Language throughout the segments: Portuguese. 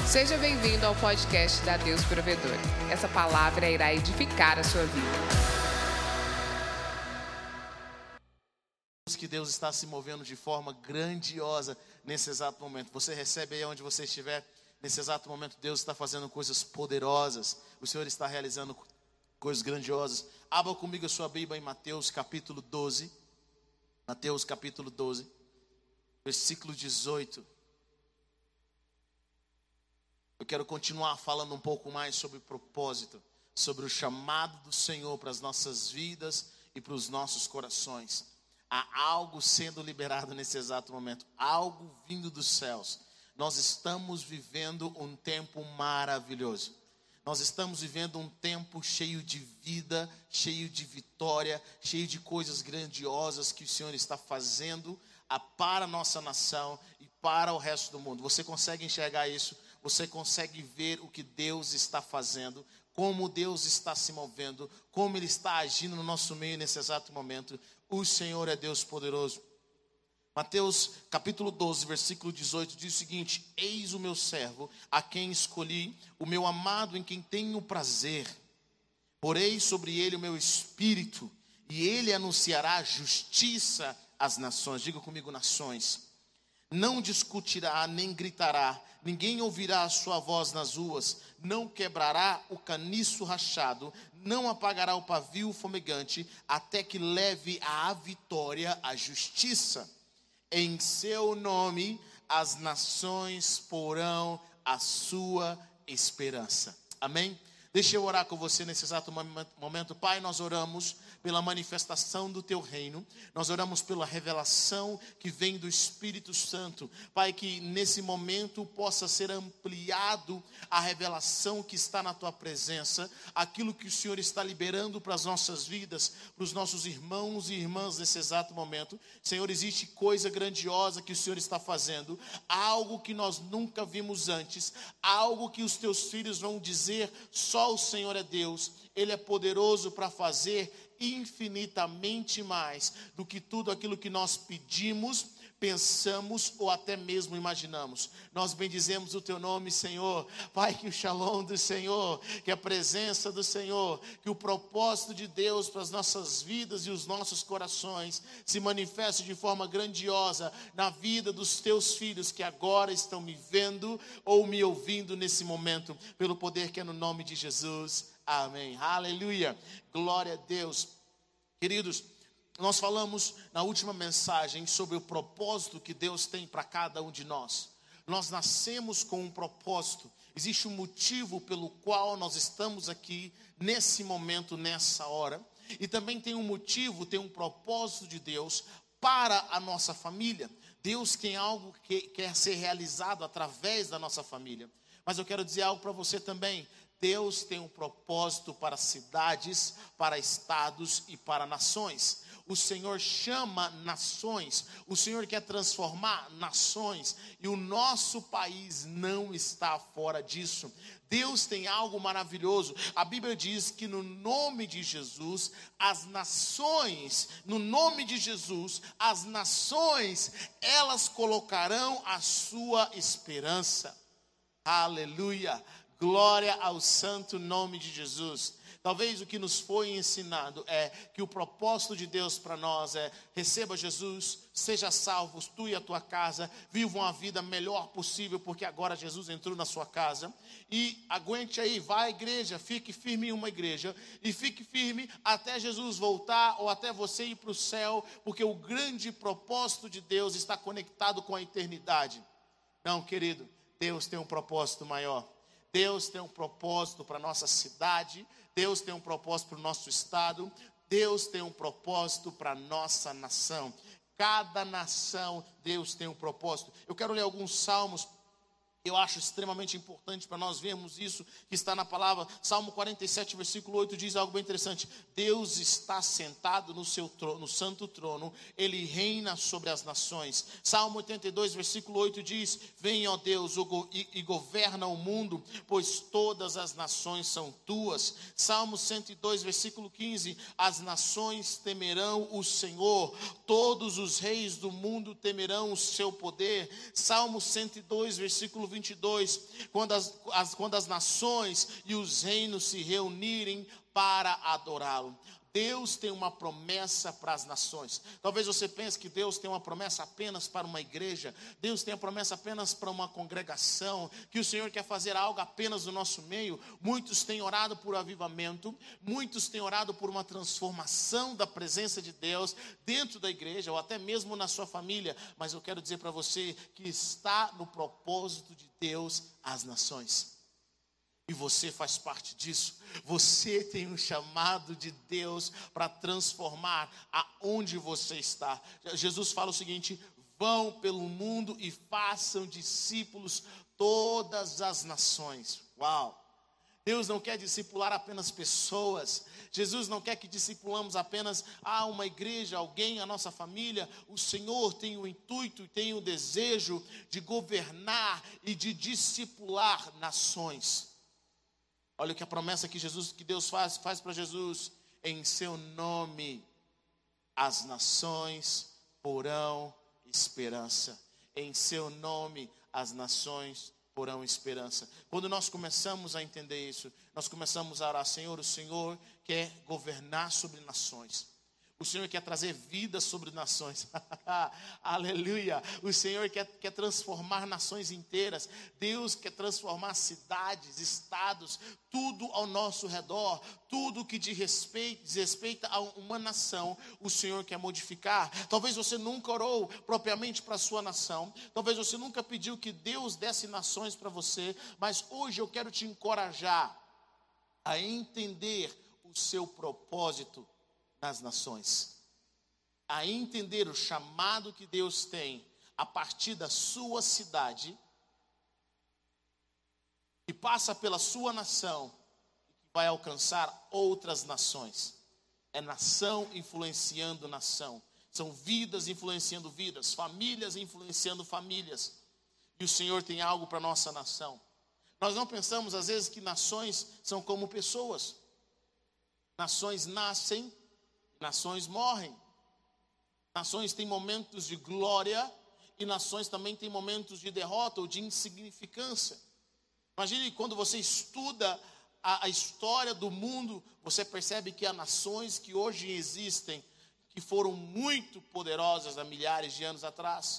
Seja bem-vindo ao podcast da Deus Provedor. Essa palavra irá edificar a sua vida. Que Deus está se movendo de forma grandiosa nesse exato momento. Você recebe aí onde você estiver. Nesse exato momento Deus está fazendo coisas poderosas. O Senhor está realizando coisas grandiosas. Abra comigo a sua Bíblia em Mateus capítulo 12. Mateus capítulo 12, versículo 18. Eu quero continuar falando um pouco mais sobre propósito, sobre o chamado do Senhor para as nossas vidas e para os nossos corações. Há algo sendo liberado nesse exato momento, algo vindo dos céus. Nós estamos vivendo um tempo maravilhoso. Nós estamos vivendo um tempo cheio de vida, cheio de vitória, cheio de coisas grandiosas que o Senhor está fazendo para a nossa nação e para o resto do mundo. Você consegue enxergar isso? Você consegue ver o que Deus está fazendo, como Deus está se movendo, como Ele está agindo no nosso meio nesse exato momento. O Senhor é Deus poderoso. Mateus capítulo 12, versículo 18 diz o seguinte: eis o meu servo, a quem escolhi, o meu amado em quem tenho prazer. Porei sobre ele o meu espírito, e ele anunciará justiça às nações. Diga comigo, nações. Não discutirá, nem gritará, ninguém ouvirá a sua voz nas ruas, não quebrará o caniço rachado, não apagará o pavio fumegante, até que leve à vitória a justiça. Em seu nome as nações porão a sua esperança. Amém? Deixa eu orar com você nesse exato momento. Pai, nós oramos pela manifestação do Teu reino. Nós oramos pela revelação que vem do Espírito Santo. Pai, que nesse momento possa ser ampliado a revelação que está na Tua presença. Aquilo que o Senhor está liberando para as nossas vidas, para os nossos irmãos e irmãs nesse exato momento. Senhor, existe coisa grandiosa que o Senhor está fazendo. Algo que nós nunca vimos antes. Algo que os Teus filhos vão dizer: só o Senhor é Deus. Ele é poderoso para fazer infinitamente mais do que tudo aquilo que nós pedimos, pensamos ou até mesmo imaginamos. Nós bendizemos o Teu nome, Senhor. Pai, que o shalom do Senhor, que a presença do Senhor, que o propósito de Deus para as nossas vidas e os nossos corações se manifeste de forma grandiosa na vida dos Teus filhos que agora estão me vendo ou me ouvindo nesse momento, pelo poder que é no nome de Jesus. Amém. Aleluia. Glória a Deus. Queridos, nós falamos na última mensagem sobre o propósito que Deus tem para cada um de nós. Nós nascemos com um propósito. Existe um motivo pelo qual nós estamos aqui nesse momento, nessa hora. E também tem um motivo, tem um propósito de Deus para a nossa família. Deus tem algo que quer ser realizado através da nossa família. Mas eu quero dizer algo para você também. Deus tem um propósito para cidades, para estados e para nações. O Senhor chama nações, o Senhor quer transformar nações e o nosso país não está fora disso. Deus tem algo maravilhoso. A Bíblia diz que no nome de Jesus, as nações, elas colocarão a sua esperança. Aleluia. Glória ao santo nome de Jesus. Talvez o que nos foi ensinado é que o propósito de Deus para nós é: receba Jesus, seja salvo, tu e a tua casa, vivam a vida melhor possível, porque agora Jesus entrou na sua casa. E aguente aí, vá à igreja, fique firme em uma igreja, e fique firme até Jesus voltar, ou até você ir para o céu, porque o grande propósito de Deus está conectado com a eternidade. Não, querido, Deus tem um propósito maior. Deus tem um propósito para a nossa cidade, Deus tem um propósito para o nosso estado, Deus tem um propósito para a nossa nação. Cada nação, Deus tem um propósito. Eu quero ler alguns salmos. Eu acho extremamente importante para nós vermos isso que está na palavra. Salmo 47, versículo 8 diz algo bem interessante. Deus está sentado no seu trono, no santo trono, Ele reina sobre as nações. Salmo 82, versículo 8 diz: vem, ó Deus, e governa o mundo, pois todas as nações são tuas. Salmo 102, versículo 15: as nações temerão o Senhor, todos os reis do mundo temerão o seu poder. Salmo 102, versículo 20 22, quando as nações e os reinos se reunirem para adorá-lo. Deus tem uma promessa para as nações. Talvez você pense que Deus tem uma promessa apenas para uma igreja. Deus tem a promessa apenas para uma congregação. Que o Senhor quer fazer algo apenas no nosso meio. Muitos têm orado por avivamento. Muitos têm orado por uma transformação da presença de Deus dentro da igreja ou até mesmo na sua família. Mas eu quero dizer para você que está no propósito de Deus as nações. E você faz parte disso. Você tem um chamado de Deus para transformar aonde você está. Jesus fala o seguinte: vão pelo mundo e façam discípulos todas as nações. Uau! Deus não quer discipular apenas pessoas. Jesus não quer que discipulamos apenas uma igreja, alguém, a nossa família. O Senhor tem o intuito e tem o desejo de governar e de discipular nações. Olha o que a promessa que Deus faz para Jesus: em seu nome as nações porão esperança. Em seu nome as nações porão esperança. Quando nós começamos a entender isso, nós começamos a orar: Senhor, o Senhor quer governar sobre nações. O Senhor quer trazer vida sobre nações. Aleluia. O Senhor quer transformar nações inteiras. Deus quer transformar cidades, estados, tudo ao nosso redor. Tudo que diz respeito a uma nação, o Senhor quer modificar. Talvez você nunca orou propriamente para a sua nação. Talvez você nunca pediu que Deus desse nações para você. Mas hoje eu quero te encorajar a entender o seu propósito nas nações, a entender o chamado que Deus tem a partir da sua cidade, que passa pela sua nação e que vai alcançar outras nações. É nação influenciando nação, são vidas influenciando vidas, famílias influenciando famílias. E o Senhor tem algo para a nossa nação. Nós não pensamos às vezes que nações são como pessoas. Nações nascem, nações morrem. Nações têm momentos de glória e nações também têm momentos de derrota ou de insignificância. Imagine quando você estuda a história do mundo, você percebe que há nações que hoje existem, que foram muito poderosas há milhares de anos atrás.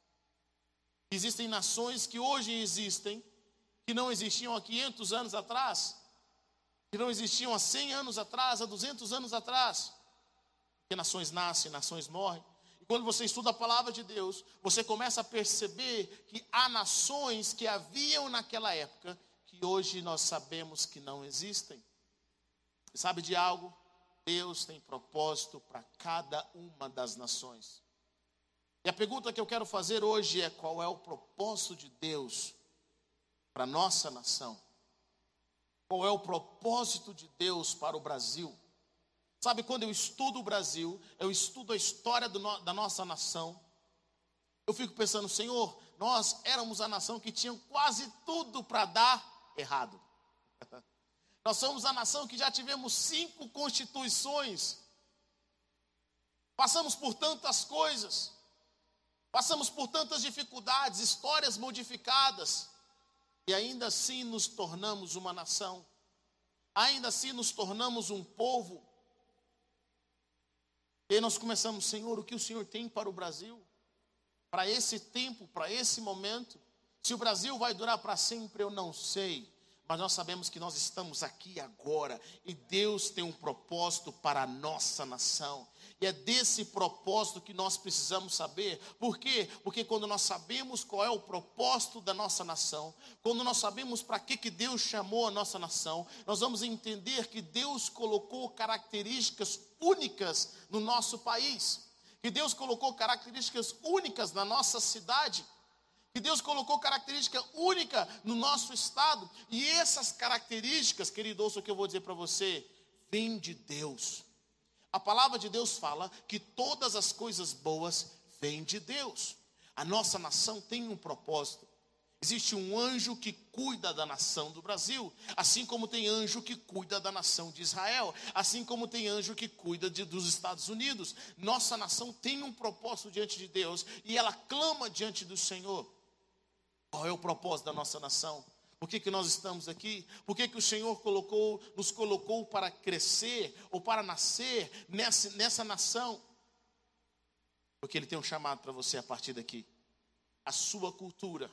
Existem nações que hoje existem, que não existiam há 500 anos atrás, que não existiam há 100 anos atrás, há 200 anos atrás. Porque nações nascem, nações morrem. E quando você estuda a palavra de Deus, você começa a perceber que há nações que haviam naquela época, que hoje nós sabemos que não existem. E sabe de algo? Deus tem propósito para cada uma das nações. E a pergunta que eu quero fazer hoje é: qual é o propósito de Deus para a nossa nação? Qual é o propósito de Deus para o Brasil? Sabe, quando eu estudo o Brasil, eu estudo a história da nossa nação, eu fico pensando: Senhor, nós éramos a nação que tinha quase tudo para dar errado. Nós somos a nação que já tivemos 5 constituições. Passamos por tantas coisas. Passamos por tantas dificuldades, histórias modificadas. E ainda assim nos tornamos uma nação. Ainda assim nos tornamos um povo. E aí nós começamos: Senhor, o que o Senhor tem para o Brasil? Para esse tempo, para esse momento? Se o Brasil vai durar para sempre, eu não sei. Mas nós sabemos que nós estamos aqui agora. E Deus tem um propósito para a nossa nação. E é desse propósito que nós precisamos saber. Por quê? Porque quando nós sabemos qual é o propósito da nossa nação, quando nós sabemos para que Deus chamou a nossa nação, nós vamos entender que Deus colocou características únicas no nosso país. Que Deus colocou características únicas na nossa cidade. Que Deus colocou característica única no nosso estado. E essas características, querido, ouça o que eu vou dizer para você, vêm de Deus. A palavra de Deus fala que todas as coisas boas vêm de Deus. A nossa nação tem um propósito. Existe um anjo que cuida da nação do Brasil, assim como tem anjo que cuida da nação de Israel, assim como tem anjo que cuida dos Estados Unidos. Nossa nação tem um propósito diante de Deus e ela clama diante do Senhor. Qual é o propósito da nossa nação? Por que nós estamos aqui? Por que o Senhor nos colocou para crescer ou para nascer nessa nação? Porque Ele tem um chamado para você a partir daqui. A sua cultura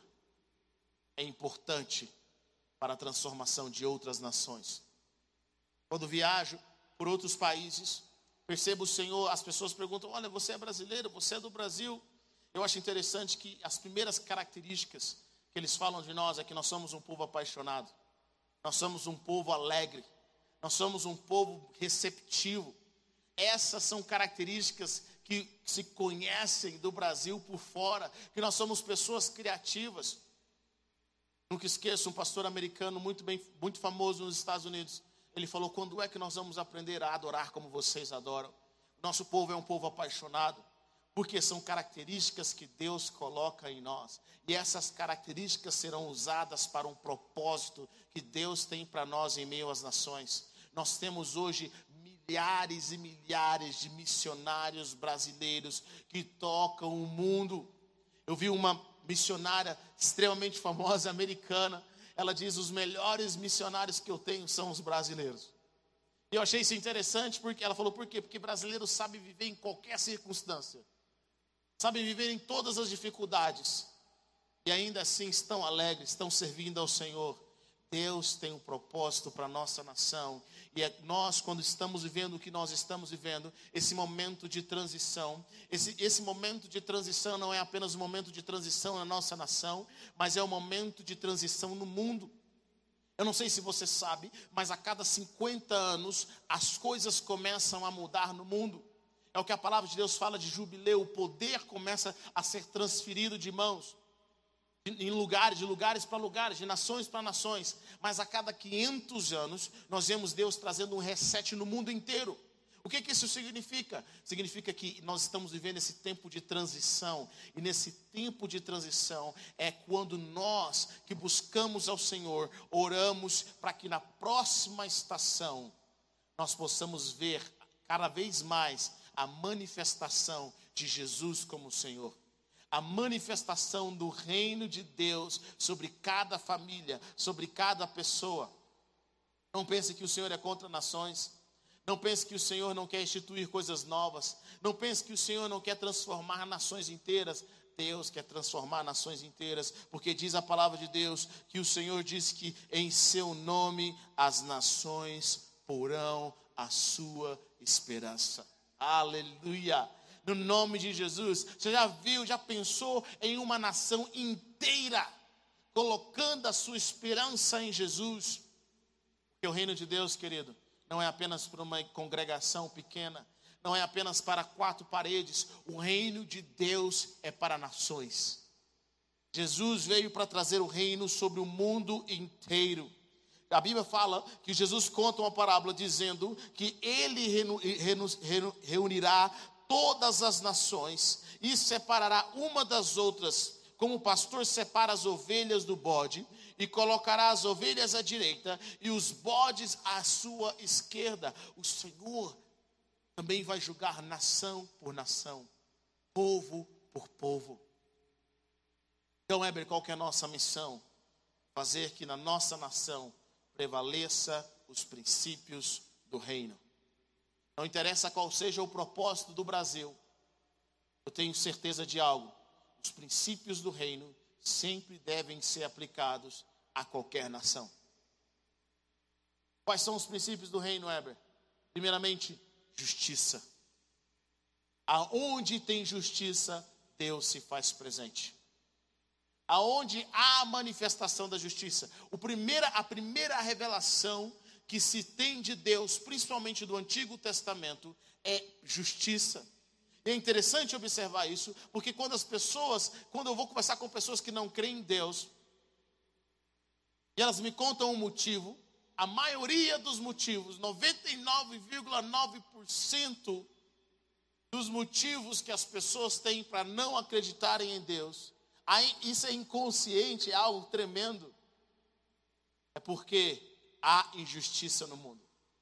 é importante para a transformação de outras nações. Quando viajo por outros países, percebo o Senhor, as pessoas perguntam, olha, você é brasileiro, você é do Brasil. Eu acho interessante que as primeiras características que eles falam de nós é que nós somos um povo apaixonado, nós somos um povo alegre, nós somos um povo receptivo. Essas são características que se conhecem do Brasil por fora, que nós somos pessoas criativas. Nunca esqueço um pastor americano muito famoso nos Estados Unidos. Ele falou, quando é que nós vamos aprender a adorar como vocês adoram? Nosso povo é um povo apaixonado, porque são características que Deus coloca em nós. E essas características serão usadas para um propósito que Deus tem para nós em meio às nações. Nós temos hoje milhares e milhares de missionários brasileiros que tocam o mundo. Eu vi uma missionária extremamente famosa, americana. Ela diz, os melhores missionários que eu tenho são os brasileiros. E eu achei isso interessante, porque ela falou, por quê? Porque brasileiro sabe viver em qualquer circunstância. Sabe viver em todas as dificuldades. E ainda assim estão alegres, estão servindo ao Senhor. Deus tem um propósito para a nossa nação. E nós, quando estamos vivendo o que nós estamos vivendo, esse momento de transição, esse momento de transição não é apenas um momento de transição na nossa nação, mas é um momento de transição no mundo. Eu não sei se você sabe, mas a cada 50 anos as coisas começam a mudar no mundo. É o que a palavra de Deus fala de jubileu, o poder começa a ser transferido de mãos. De lugares para lugares, de nações para nações. Mas a cada 500 anos, nós vemos Deus trazendo um reset no mundo inteiro. O que isso significa? Significa que nós estamos vivendo esse tempo de transição. E nesse tempo de transição é quando nós que buscamos ao Senhor, oramos para que na próxima estação nós possamos ver cada vez mais a manifestação de Jesus como Senhor. A manifestação do reino de Deus sobre cada família, sobre cada pessoa. Não pense que o Senhor é contra nações. Não pense que o Senhor não quer instituir coisas novas. Não pense que o Senhor não quer transformar nações inteiras. Deus quer transformar nações inteiras, porque diz a palavra de Deus que o Senhor diz que em seu nome as nações porão a sua esperança. Aleluia! No nome de Jesus. Você já pensou em uma nação inteira colocando a sua esperança em Jesus? Porque o reino de Deus, querido, não é apenas para uma congregação pequena, não é apenas para 4 paredes. O reino de Deus é para nações. Jesus veio para trazer o reino sobre o mundo inteiro. A Bíblia fala que Jesus conta uma parábola dizendo que ele reunirá todas as nações e separará uma das outras, como o pastor separa as ovelhas do bode, e colocará as ovelhas à direita e os bodes à sua esquerda. O Senhor também vai julgar nação por nação, povo por povo. Então, Heber, qual que é a nossa missão? Fazer que na nossa nação prevaleça os princípios do reino. Não interessa qual seja o propósito do Brasil, eu tenho certeza de algo: os princípios do reino sempre devem ser aplicados a qualquer nação. Quais são os princípios do reino, Heber? Primeiramente, justiça. Aonde tem justiça, Deus se faz presente. Aonde há a manifestação da justiça. A primeira revelação que se tem de Deus, principalmente do Antigo Testamento, é justiça. E é interessante observar isso, porque quando eu vou conversar com pessoas que não creem em Deus, e elas me contam um motivo, a maioria dos motivos, 99,9% dos motivos que as pessoas têm para não acreditarem em Deus, isso é inconsciente, é algo tremendo, é porque há injustiça no mundo.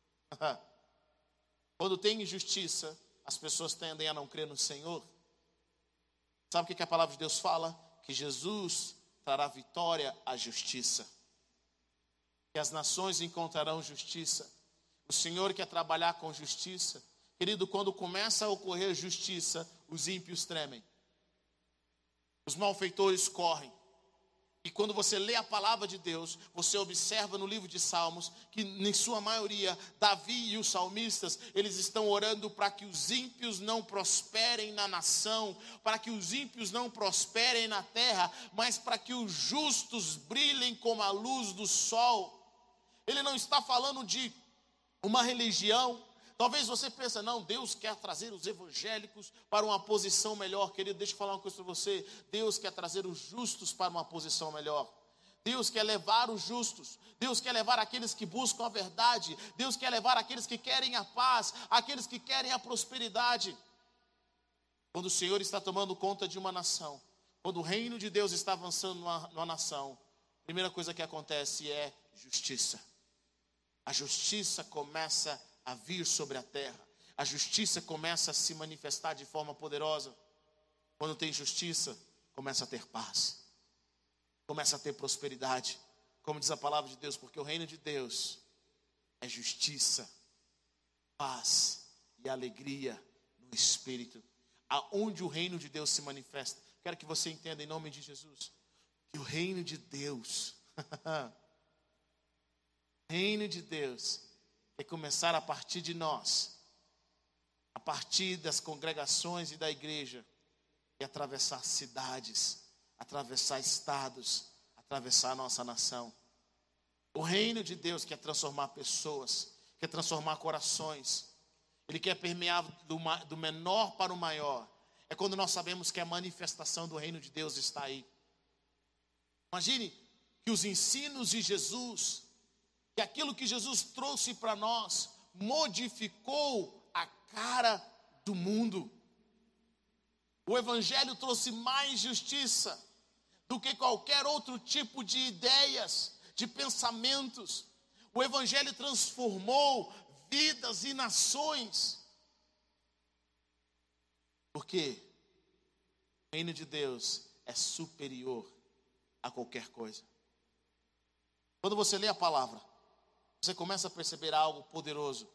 Quando tem injustiça, as pessoas tendem a não crer no Senhor. Sabe o que a palavra de Deus fala? Que Jesus trará vitória à justiça. Que as nações encontrarão justiça. O Senhor quer trabalhar com justiça. Querido, quando começa a ocorrer justiça, os ímpios tremem. Os malfeitores correm. E quando você lê a palavra de Deus, você observa no livro de Salmos que, em sua maioria, Davi e os salmistas, eles estão orando para que os ímpios não prosperem na nação, para que os ímpios não prosperem na terra, mas para que os justos brilhem como a luz do sol. Ele não está falando de uma religião. Talvez você pense, não, Deus quer trazer os evangélicos para uma posição melhor. Querido, deixa eu falar uma coisa para você. Deus quer trazer os justos para uma posição melhor. Deus quer levar os justos. Deus quer levar aqueles que buscam a verdade. Deus quer levar aqueles que querem a paz, aqueles que querem a prosperidade. Quando o Senhor está tomando conta de uma nação, quando o reino de Deus está avançando numa nação, a primeira coisa que acontece é justiça. A justiça começa a vir sobre a terra. A justiça começa a se manifestar de forma poderosa. Quando tem justiça, começa a ter paz. Começa a ter prosperidade. Como diz a palavra de Deus, porque o reino de Deus é justiça, paz e alegria no Espírito. Aonde o reino de Deus se manifesta. Quero que você entenda em nome de Jesus, que o reino de Deus, reino de Deus, é começar a partir de nós, a partir das congregações e da igreja, e atravessar cidades, atravessar estados, atravessar a nossa nação. O reino de Deus quer transformar pessoas, quer transformar corações. Ele quer permear do menor para o maior. É quando nós sabemos que a manifestação do reino de Deus está aí. Imagine que os ensinos de Jesus, que aquilo que Jesus trouxe para nós, modificou a cara do mundo. O Evangelho trouxe mais justiça do que qualquer outro tipo de ideias, de pensamentos. O Evangelho transformou vidas e nações. Porque o reino de Deus é superior a qualquer coisa. Quando você lê a palavra, você começa a perceber algo poderoso.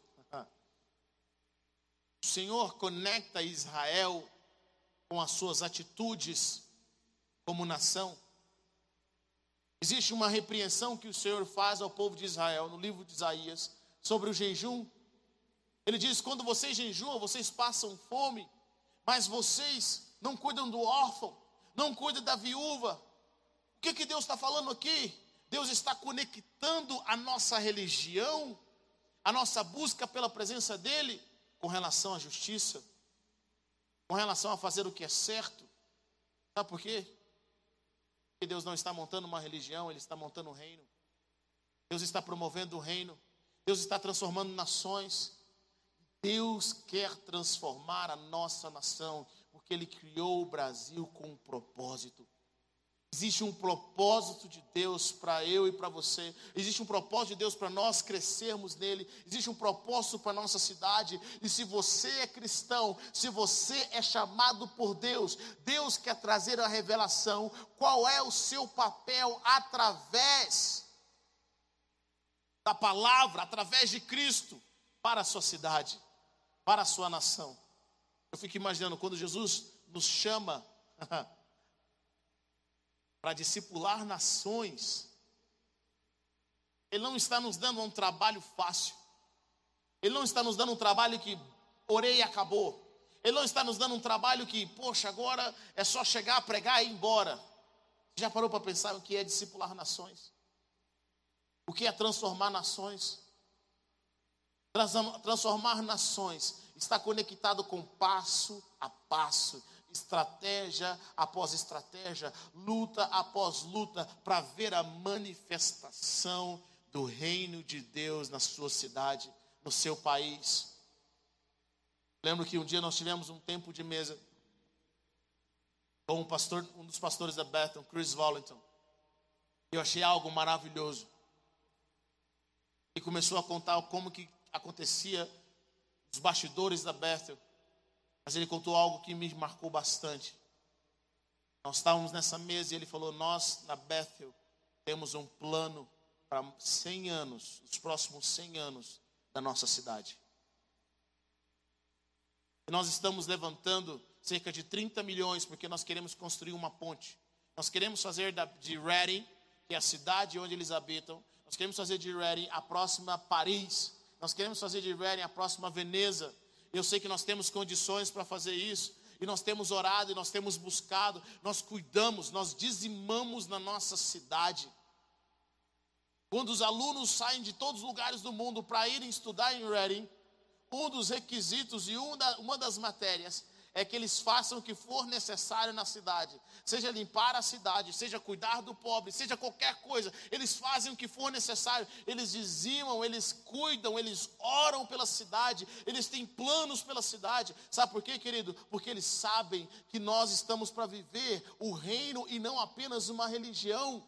O Senhor conecta Israel com as suas atitudes como nação. Existe uma repreensão que o Senhor faz ao povo de Israel no livro de Isaías sobre o jejum. Ele diz: quando vocês jejuam, vocês passam fome, mas vocês não cuidam do órfão, não cuidam da viúva. O que Deus está falando aqui? Deus está conectando a nossa religião, a nossa busca pela presença dEle, com relação à justiça, com relação a fazer o que é certo. Sabe por quê? Porque Deus não está montando uma religião, Ele está montando um reino. Deus está promovendo o reino. Deus está transformando nações. Deus quer transformar a nossa nação, porque Ele criou o Brasil com um propósito. Existe um propósito de Deus para eu e para você. Existe um propósito de Deus para nós crescermos nele. Existe um propósito para a nossa cidade. E se você é cristão, se você é chamado por Deus, Deus quer trazer a revelação. Qual é o seu papel através da palavra, através de Cristo, para a sua cidade, para a sua nação. Eu fico imaginando quando Jesus nos chama para discipular nações, Ele não está nos dando um trabalho fácil. Ele não está nos dando um trabalho que orei e acabou. Ele não está nos dando um trabalho que, poxa, agora é só chegar, pregar e ir embora. Já parou para pensar o que é discipular nações? O que é transformar nações? Transformar nações está conectado com passo a passo, estratégia após estratégia, luta após luta, para ver a manifestação do reino de Deus na sua cidade, no seu país. Lembro que um dia nós tivemos um tempo de mesa com um dos pastores da Bethel, Chris Vollington. Eu achei algo maravilhoso. Ele começou a contar como que acontecia os bastidores da Bethel. Mas ele contou algo que me marcou bastante. Nós estávamos nessa mesa e ele falou: nós na Bethel temos um plano para 100 anos, os próximos 100 anos da nossa cidade. E nós estamos levantando cerca de 30 milhões porque nós queremos construir uma ponte. Nós queremos fazer de Reading, que é a cidade onde eles habitam, nós queremos fazer de Reading a próxima Paris, nós queremos fazer de Reading a próxima Veneza. Eu sei que nós temos condições para fazer isso. E nós temos orado, e nós temos buscado, nós cuidamos, nós dizimamos na nossa cidade. Quando os alunos saem de todos os lugares do mundo para irem estudar em Reading, um dos requisitos e uma das matérias é que eles façam o que for necessário na cidade. Seja limpar a cidade, seja cuidar do pobre, seja qualquer coisa. Eles fazem o que for necessário. Eles dizimam, eles cuidam, eles oram pela cidade. Eles têm planos pela cidade. Sabe por quê, querido? Porque eles sabem que nós estamos para viver o reino e não apenas uma religião.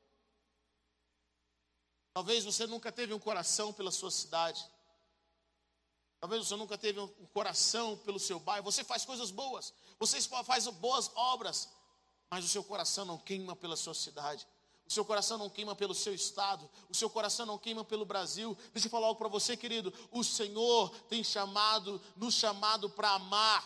Talvez você nunca teve um coração pela sua cidade. Talvez você nunca teve um coração pelo seu bairro. Você faz coisas boas, você faz boas obras, mas o seu coração não queima pela sua cidade. O seu coração não queima pelo seu estado. O seu coração não queima pelo Brasil. Deixa eu falar algo para você, querido. O Senhor tem nos chamado para amar.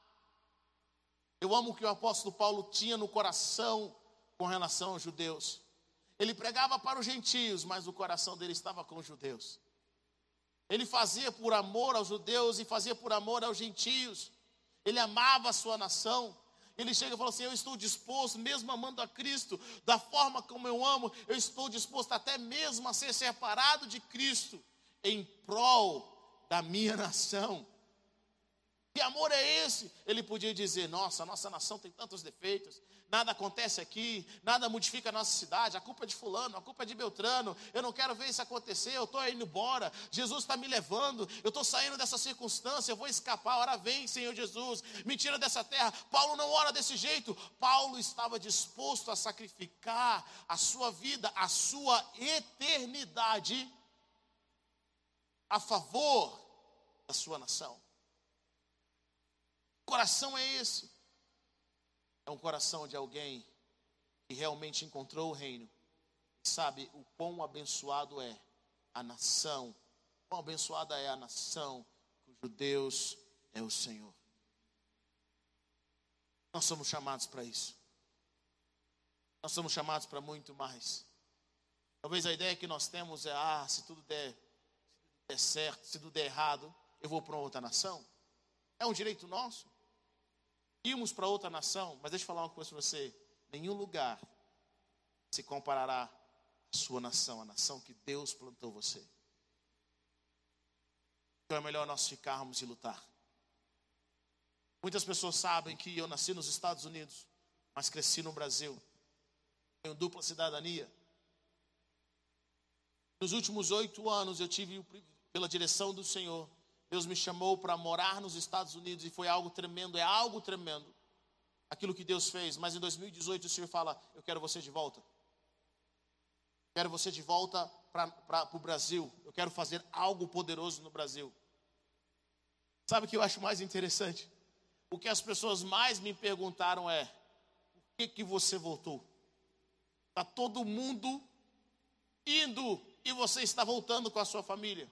Eu amo o que o apóstolo Paulo tinha no coração com relação aos judeus. Ele pregava para os gentios, mas o coração dele estava com os judeus. Ele fazia por amor aos judeus e fazia por amor aos gentios. Ele amava a sua nação. Ele chega e fala assim: eu estou disposto, mesmo amando a Cristo, da forma como eu amo, eu estou disposto até mesmo a ser separado de Cristo, em prol da minha nação. Que amor é esse? Ele podia dizer: nossa, a nossa nação tem tantos defeitos, nada acontece aqui, nada modifica a nossa cidade, a culpa é de fulano, a culpa é de Beltrano, eu não quero ver isso acontecer, eu estou indo embora, Jesus está me levando, eu estou saindo dessa circunstância, eu vou escapar, ora vem, Senhor Jesus, me tira dessa terra. Paulo não ora desse jeito. Paulo estava disposto a sacrificar a sua vida, a sua eternidade, a favor da sua nação. Que coração é esse? É um coração de alguém que realmente encontrou o reino e sabe o quão abençoado é a nação, quão abençoada é a nação cujo Deus é o Senhor. Nós somos chamados para isso. Nós somos chamados para muito mais. Talvez a ideia que nós temos é: se tudo der certo, se tudo der errado, eu vou para outra nação. É um direito nosso irmos para outra nação, mas deixa eu falar uma coisa para você: nenhum lugar se comparará à sua nação, a nação que Deus plantou você. Então é melhor nós ficarmos e lutar. Muitas pessoas sabem que eu nasci nos Estados Unidos, mas cresci no Brasil. Tenho dupla cidadania. Nos últimos 8 anos eu tive, pela direção do Senhor, Deus me chamou para morar nos Estados Unidos e foi algo tremendo, é algo tremendo aquilo que Deus fez. Mas em 2018 o Senhor fala: eu quero você de volta. Quero você de volta para o Brasil. Eu quero fazer algo poderoso no Brasil. Sabe o que eu acho mais interessante? O que as pessoas mais me perguntaram é: por que você voltou? Está todo mundo indo e você está voltando com a sua família.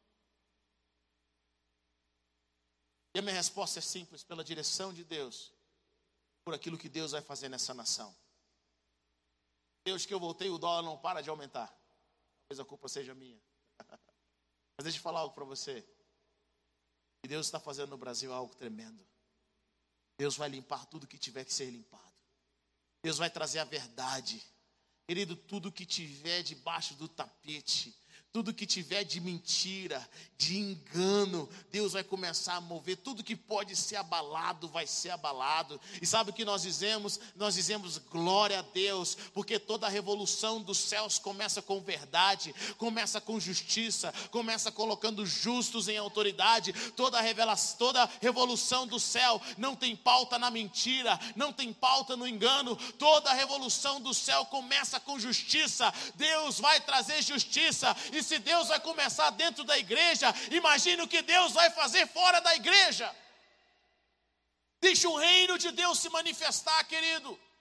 E a minha resposta é simples: pela direção de Deus, por aquilo que Deus vai fazer nessa nação. Deus, que eu voltei, o dólar não para de aumentar. Talvez a culpa seja minha. Mas deixa eu falar algo para você. O que Deus está fazendo no Brasil é algo tremendo. Deus vai limpar tudo que tiver que ser limpado. Deus vai trazer a verdade. Querido, tudo que tiver debaixo do tapete, tudo que tiver de mentira, de engano, Deus vai começar a mover. Tudo que pode ser abalado, vai ser abalado. E sabe o que nós dizemos? Nós dizemos glória a Deus, porque toda a revolução dos céus começa com verdade, começa com justiça, começa colocando justos em autoridade. Toda revolução do céu não tem pauta na mentira, não tem pauta no engano. Toda a revolução do céu começa com justiça. Deus vai trazer justiça. E se Deus vai começar dentro da igreja, imagine o que Deus vai fazer fora da igreja. Deixa o reino de Deus se manifestar, querido.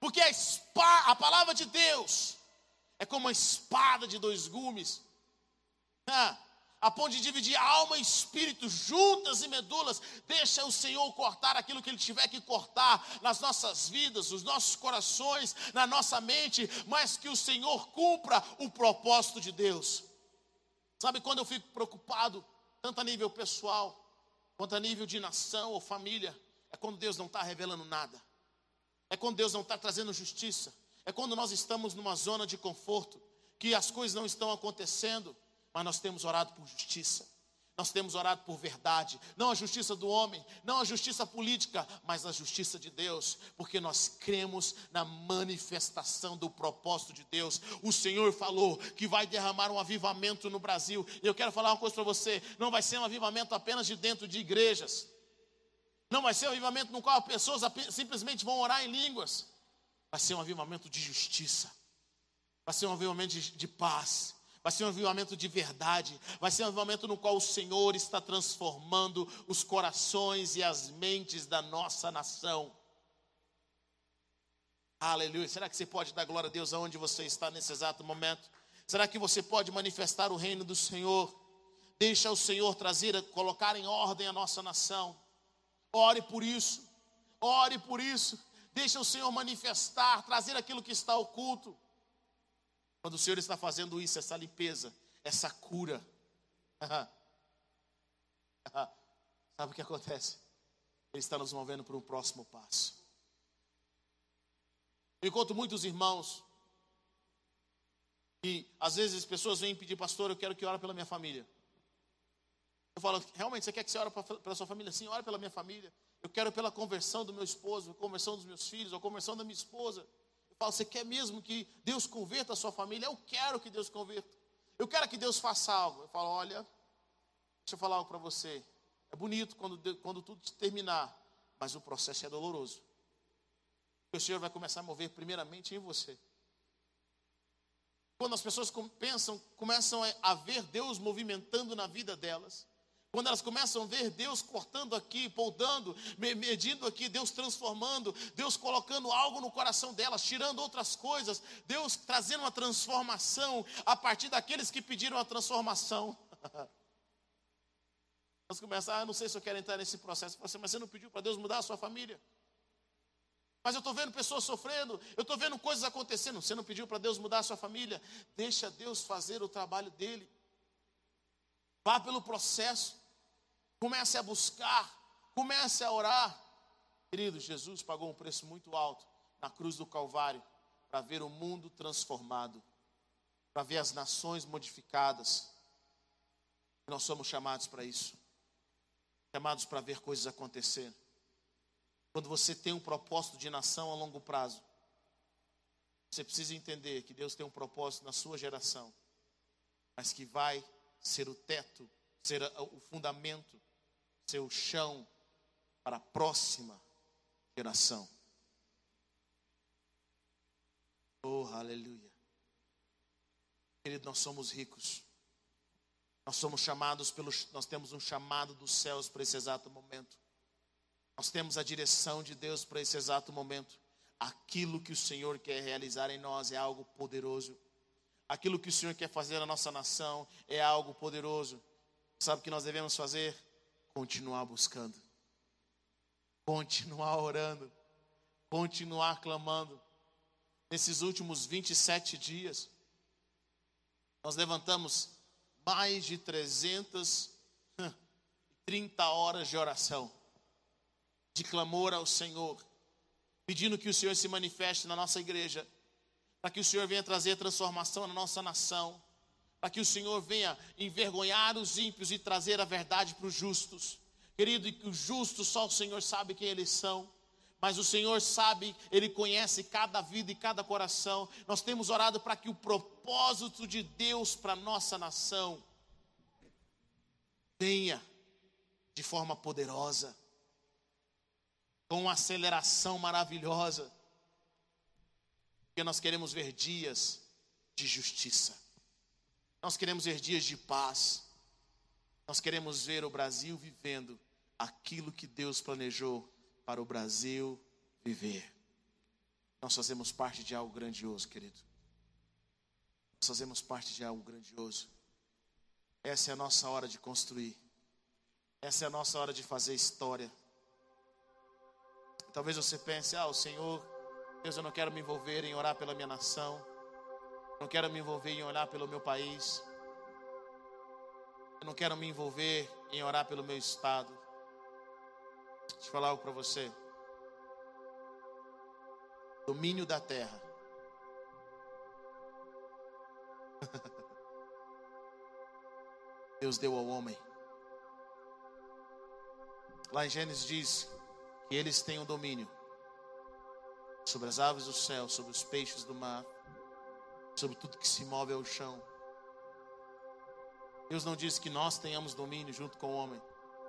Porque a palavra de Deus é como uma espada de dois gumes, a ponto de dividir alma e espírito, juntas e medulas. Deixa o Senhor cortar aquilo que Ele tiver que cortar nas nossas vidas, nos nossos corações, na nossa mente, mas que o Senhor cumpra o propósito de Deus. Sabe quando eu fico preocupado, tanto a nível pessoal, quanto a nível de nação ou família? É quando Deus não está revelando nada. É quando Deus não está trazendo justiça. É quando nós estamos numa zona de conforto, que as coisas não estão acontecendo, mas nós temos orado por justiça. Nós temos orado por verdade. Não a justiça do homem, não a justiça política, mas a justiça de Deus. Porque nós cremos na manifestação do propósito de Deus. O Senhor falou que vai derramar um avivamento no Brasil. E eu quero falar uma coisa para você. Não vai ser um avivamento apenas de dentro de igrejas. Não vai ser um avivamento no qual as pessoas simplesmente vão orar em línguas. Vai ser um avivamento de justiça. Vai ser um avivamento de paz. Vai ser um avivamento de verdade. Vai ser um avivamento no qual o Senhor está transformando os corações e as mentes da nossa nação. Aleluia. Será que você pode dar glória a Deus aonde você está nesse exato momento? Será que você pode manifestar o reino do Senhor? Deixa o Senhor colocar em ordem a nossa nação. Ore por isso. Ore por isso. Deixa o Senhor manifestar, trazer aquilo que está oculto. Quando o Senhor está fazendo isso, essa limpeza, essa cura, sabe o que acontece? Ele está nos movendo para um próximo passo. Eu encontro muitos irmãos e às vezes as pessoas vêm pedir: pastor, eu quero que ore pela minha família. Eu falo: realmente você quer que você ore pela sua família? Sim, ore pela minha família. Eu quero pela conversão do meu esposo, a conversão dos meus filhos, a conversão da minha esposa. Eu falo: você quer mesmo que Deus converta a sua família? Eu quero que Deus converta. Eu quero que Deus faça algo. Eu falo: olha, deixa eu falar algo para você. É bonito quando tudo terminar, mas o processo é doloroso. Porque o Senhor vai começar a mover primeiramente em você. Quando as pessoas começam a ver Deus movimentando na vida delas, quando elas começam a ver Deus cortando aqui, podando, medindo aqui, Deus transformando, Deus colocando algo no coração delas, tirando outras coisas, Deus trazendo uma transformação a partir daqueles que pediram a transformação. Elas começam: não sei se eu quero entrar nesse processo. Mas você não pediu para Deus mudar a sua família? Mas eu estou vendo pessoas sofrendo, eu estou vendo coisas acontecendo. Você não pediu para Deus mudar a sua família? Deixa Deus fazer o trabalho dele. Vá pelo processo. Comece a buscar, comece a orar. Querido, Jesus pagou um preço muito alto na cruz do Calvário para ver o mundo transformado, para ver as nações modificadas. E nós somos chamados para isso, chamados para ver coisas acontecer. Quando você tem um propósito de nação a longo prazo, você precisa entender que Deus tem um propósito na sua geração, mas que vai ser o teto, ser o fundamento, ser o chão para a próxima geração. Oh, aleluia. Querido, nós somos ricos. Nós somos chamados nós temos um chamado dos céus para esse exato momento. Nós temos a direção de Deus para esse exato momento. Aquilo que o Senhor quer realizar em nós é algo poderoso. Aquilo que o Senhor quer fazer na nossa nação é algo poderoso. Sabe o que nós devemos fazer? Continuar buscando, continuar orando, continuar clamando. Nesses últimos 27 dias, nós levantamos mais de 330 horas de oração, de clamor ao Senhor, pedindo que o Senhor se manifeste na nossa igreja, para que o Senhor venha trazer transformação na nossa nação, para que o Senhor venha envergonhar os ímpios e trazer a verdade para os justos. Querido, e que os justos, só o Senhor sabe quem eles são. Mas o Senhor sabe, Ele conhece cada vida e cada coração. Nós temos orado para que o propósito de Deus para a nossa nação venha de forma poderosa, com uma aceleração maravilhosa. Porque nós queremos ver dias de justiça. Nós queremos ver dias de paz. Nós queremos ver o Brasil vivendo aquilo que Deus planejou para o Brasil viver. Nós fazemos parte de algo grandioso, querido. Nós fazemos parte de algo grandioso. Essa é a nossa hora de construir. Essa é a nossa hora de fazer história. Talvez você pense, o Senhor, Deus, eu não quero me envolver em orar pela minha nação. Não quero me envolver em orar pelo meu país. Eu não quero me envolver em orar pelo meu estado. Deixa eu falar algo para você. Domínio da terra. Deus deu ao homem. Lá em Gênesis diz que eles têm o domínio sobre as aves do céu, sobre os peixes do mar, sobre tudo que se move ao chão. Deus não disse que nós tenhamos domínio junto com o homem.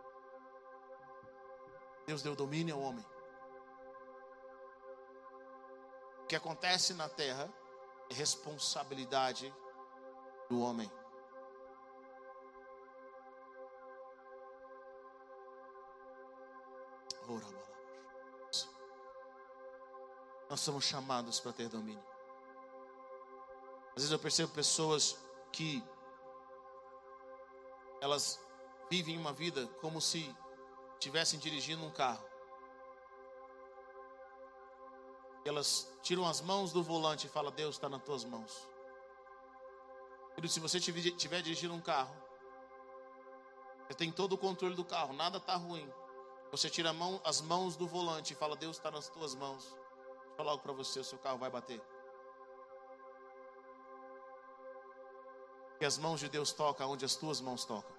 Deus deu domínio ao homem. O que acontece na terra é responsabilidade do homem. Nós somos chamados para ter domínio. Às vezes eu percebo pessoas que elas vivem uma vida como se estivessem dirigindo um carro. Elas tiram as mãos do volante e falam, Deus está nas tuas mãos. Se você estiver dirigindo um carro, você tem todo o controle do carro, nada está ruim. Você tira as mãos do volante e fala, Deus está nas tuas mãos. Vou falar algo para você, o seu carro vai bater. Porque as mãos de Deus tocam onde as tuas mãos tocam.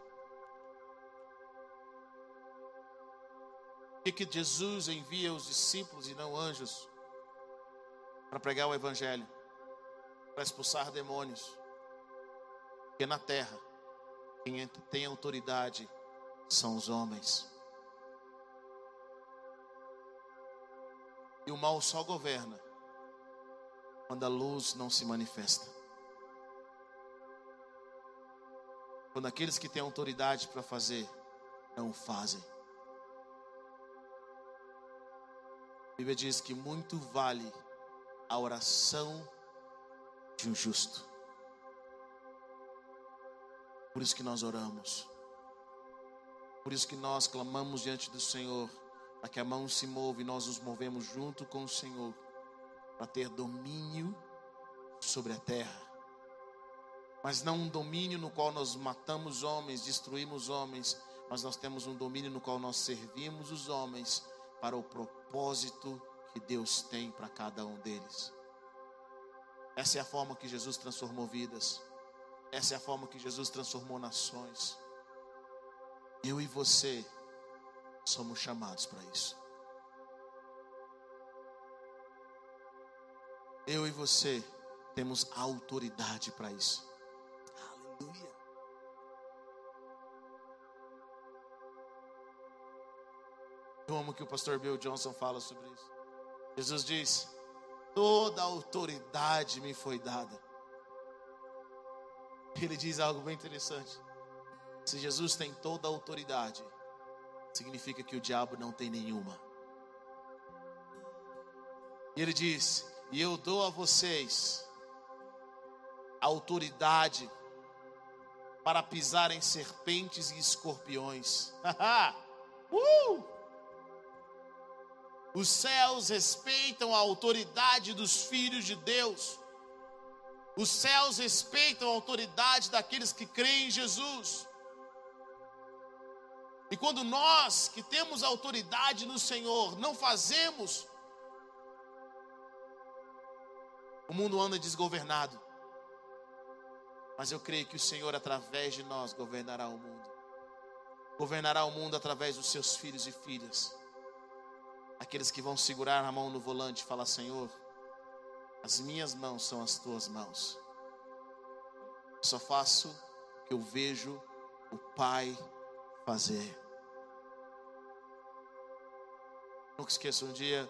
Por que Jesus envia os discípulos e não anjos para pregar o evangelho, para expulsar demônios? Porque na terra, quem tem autoridade são os homens. E o mal só governa quando a luz não se manifesta. Quando aqueles que têm autoridade para fazer, não fazem. A Bíblia diz que muito vale a oração de um justo. Por isso que nós oramos. Por isso que nós clamamos diante do Senhor, para que a mão se mova e nós nos movemos junto com o Senhor, para ter domínio sobre a terra. Mas não um domínio no qual nós matamos homens, destruímos homens, mas nós temos um domínio no qual nós servimos os homens para o propósito que Deus tem para cada um deles. Essa é a forma que Jesus transformou vidas. Essa é a forma que Jesus transformou nações. Eu e você somos chamados para isso. Eu e você temos autoridade para isso. Aleluia. Eu amo que o pastor Bill Johnson fala sobre isso. Jesus diz: toda autoridade me foi dada. Ele diz algo bem interessante. Se Jesus tem toda a autoridade, significa que o diabo não tem nenhuma. E ele diz: e eu dou a vocês autoridade para pisar em serpentes e escorpiões. Os céus respeitam a autoridade dos filhos de Deus. Os céus respeitam a autoridade daqueles que creem em Jesus. E quando nós que temos autoridade no Senhor não fazemos, o mundo anda desgovernado. Mas eu creio que o Senhor, através de nós, governará o mundo. Governará o mundo através dos seus filhos e filhas. Aqueles que vão segurar a mão no volante e falar: Senhor, as minhas mãos são as tuas mãos. Só faço o que eu vejo o Pai fazer. Nunca esqueço, um dia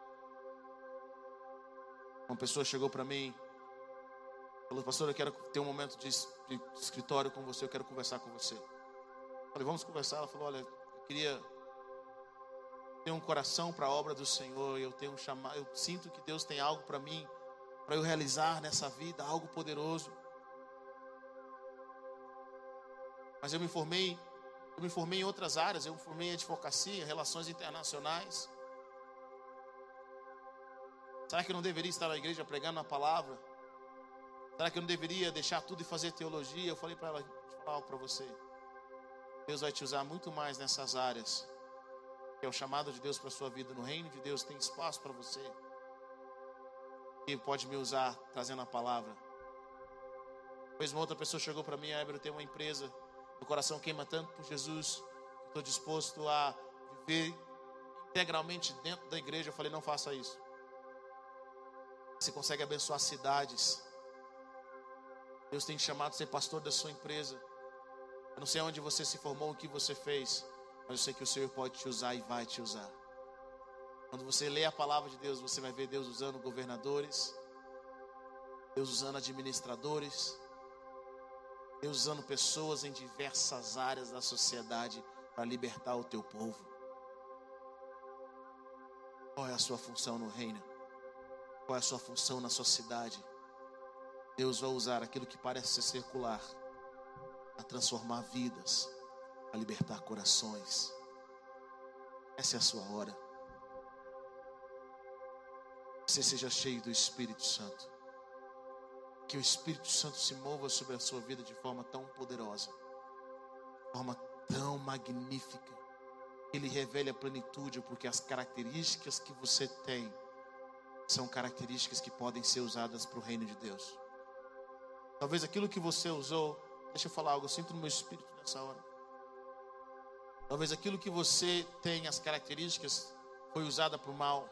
uma pessoa chegou para mim, falou: pastor, eu quero ter um momento de escritório com você, eu quero conversar com você. Eu falei: vamos conversar. Ela falou: olha, eu queria tenho um coração para a obra do Senhor, eu sinto que Deus tem algo para mim, para eu realizar nessa vida, algo poderoso. Mas eu me formei em outras áreas, eu me formei em advocacia, relações internacionais. Será que eu não deveria estar na igreja pregando a palavra? Será que eu não deveria deixar tudo e fazer teologia? Eu falei para ela, deixa eu falar algo para você. Deus vai te usar muito mais nessas áreas, que é o chamado de Deus para a sua vida. No reino de Deus tem espaço para você. Ele pode me usar trazendo a palavra. Depois uma outra pessoa chegou para mim, eu tenho uma empresa, meu coração queima tanto por Jesus, estou disposto a viver integralmente dentro da igreja. Eu falei, não faça isso. Você consegue abençoar cidades. Deus tem te chamado a ser pastor da sua empresa. Eu não sei onde você se formou, o que você fez, mas eu sei que o Senhor pode te usar e vai te usar. Quando você lê a palavra de Deus, você vai ver Deus usando governadores, Deus usando administradores, Deus usando pessoas em diversas áreas da sociedade para libertar o teu povo. Qual é a sua função no reino? Qual é a sua função na sociedade? Deus vai usar aquilo que parece ser secular a transformar vidas, a libertar corações. Essa é a sua hora. Você seja cheio do Espírito Santo. Que o Espírito Santo se mova sobre a sua vida de forma tão poderosa, de forma tão magnífica. Ele revele a plenitude, porque as características que você tem são características que podem ser usadas para o reino de Deus. Talvez aquilo que você usou, deixa eu falar algo, eu sinto no meu espírito nessa hora. Talvez aquilo que você tem, as características, foi usada para o mal.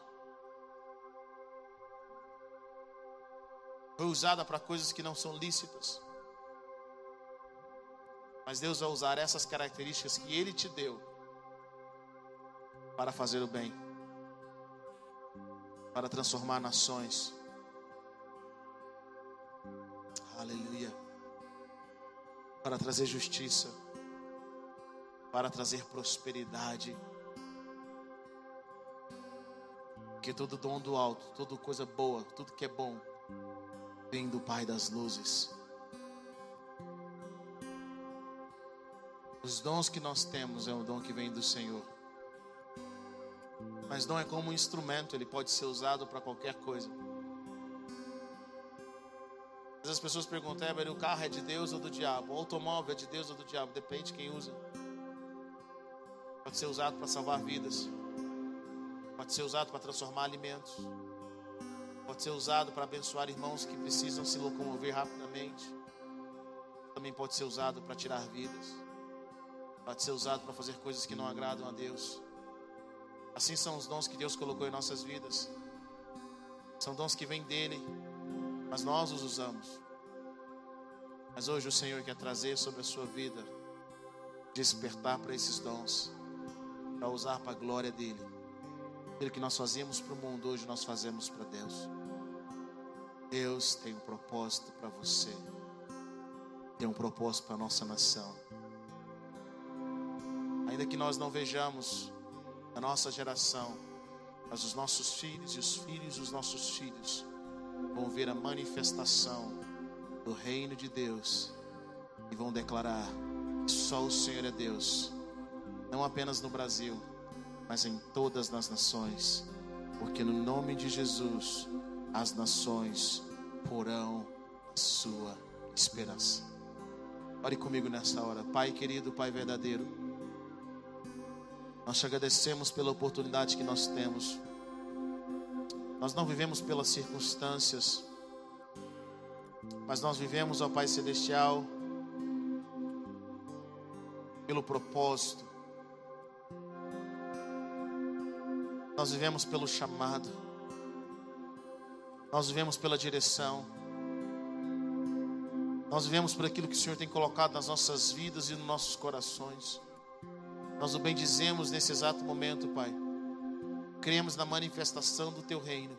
Foi usada para coisas que não são lícitas. Mas Deus vai usar essas características que Ele te deu para fazer o bem, para transformar nações. Aleluia. Para trazer justiça, para trazer prosperidade. Porque todo dom do alto, toda coisa boa, tudo que é bom, vem do Pai das luzes. Os dons que nós temos é um dom que vem do Senhor. Mas dom é como um instrumento, ele pode ser usado para qualquer coisa. As pessoas perguntam, o carro é de Deus ou do diabo? O automóvel é de Deus ou do diabo? Depende de quem usa. Pode ser usado para salvar vidas. Pode ser usado para transformar alimentos. Pode ser usado para abençoar irmãos que precisam se locomover rapidamente. Também pode ser usado para tirar vidas. Pode ser usado para fazer coisas que não agradam a Deus. Assim são os dons que Deus colocou em nossas vidas. São dons que vêm dEle, mas nós os usamos. Mas hoje o Senhor quer trazer sobre a sua vida, despertar para esses dons, para usar para a glória dEle. Aquilo que nós fazemos para o mundo, hoje nós fazemos para Deus. Deus tem um propósito para você. Tem um propósito para a nossa nação. Ainda que nós não vejamos a nossa geração, mas os nossos filhos e os filhos dos nossos filhos vão ver a manifestação do reino de Deus e vão declarar que só o Senhor é Deus, não apenas no Brasil, mas em todas as nações, porque no nome de Jesus as nações porão a sua esperança. Ore comigo nessa hora. Pai querido, Pai verdadeiro, nós te agradecemos pela oportunidade que nós temos. Nós não vivemos pelas circunstâncias, mas nós vivemos, ó Pai Celestial, pelo propósito. Nós vivemos pelo chamado. Nós vivemos pela direção. Nós vivemos por aquilo que o Senhor tem colocado nas nossas vidas e nos nossos corações. Nós o bendizemos nesse exato momento, Pai. Cremos na manifestação do Teu reino,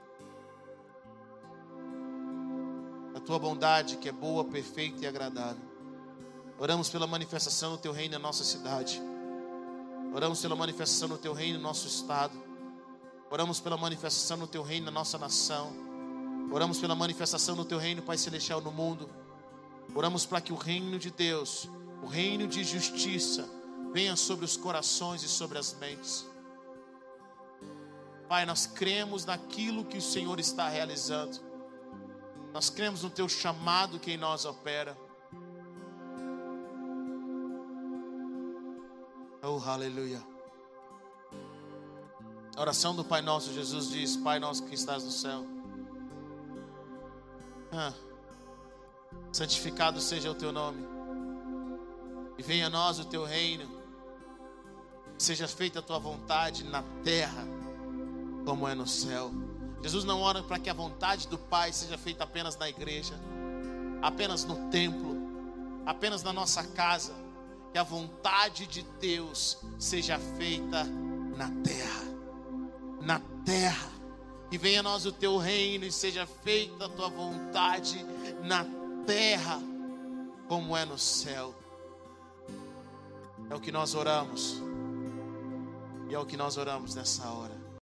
da Tua bondade que é boa, perfeita e agradável. Oramos pela manifestação do Teu reino na nossa cidade. Oramos pela manifestação do teu reino no nosso estado. Oramos pela manifestação do teu reino na nossa nação. Oramos pela manifestação do teu reino, Pai Celestial, no mundo. Oramos para que o reino de Deus, o reino de justiça, venha sobre os corações e sobre as mentes. Pai, nós cremos naquilo que o Senhor está realizando. Nós cremos no teu chamado que em nós opera. Oh, aleluia. A oração do Pai Nosso, Jesus diz: Pai Nosso que estás no céu, santificado seja o teu nome, e venha a nós o teu reino, seja feita a tua vontade na terra como é no céu. Jesus não ora para que a vontade do Pai seja feita apenas na igreja, apenas no templo, apenas na nossa casa. Que a vontade de Deus seja feita na terra. Na terra. Que venha a nós o teu reino e seja feita a tua vontade na terra como é no céu. É o que nós oramos. E é o que nós oramos nessa hora.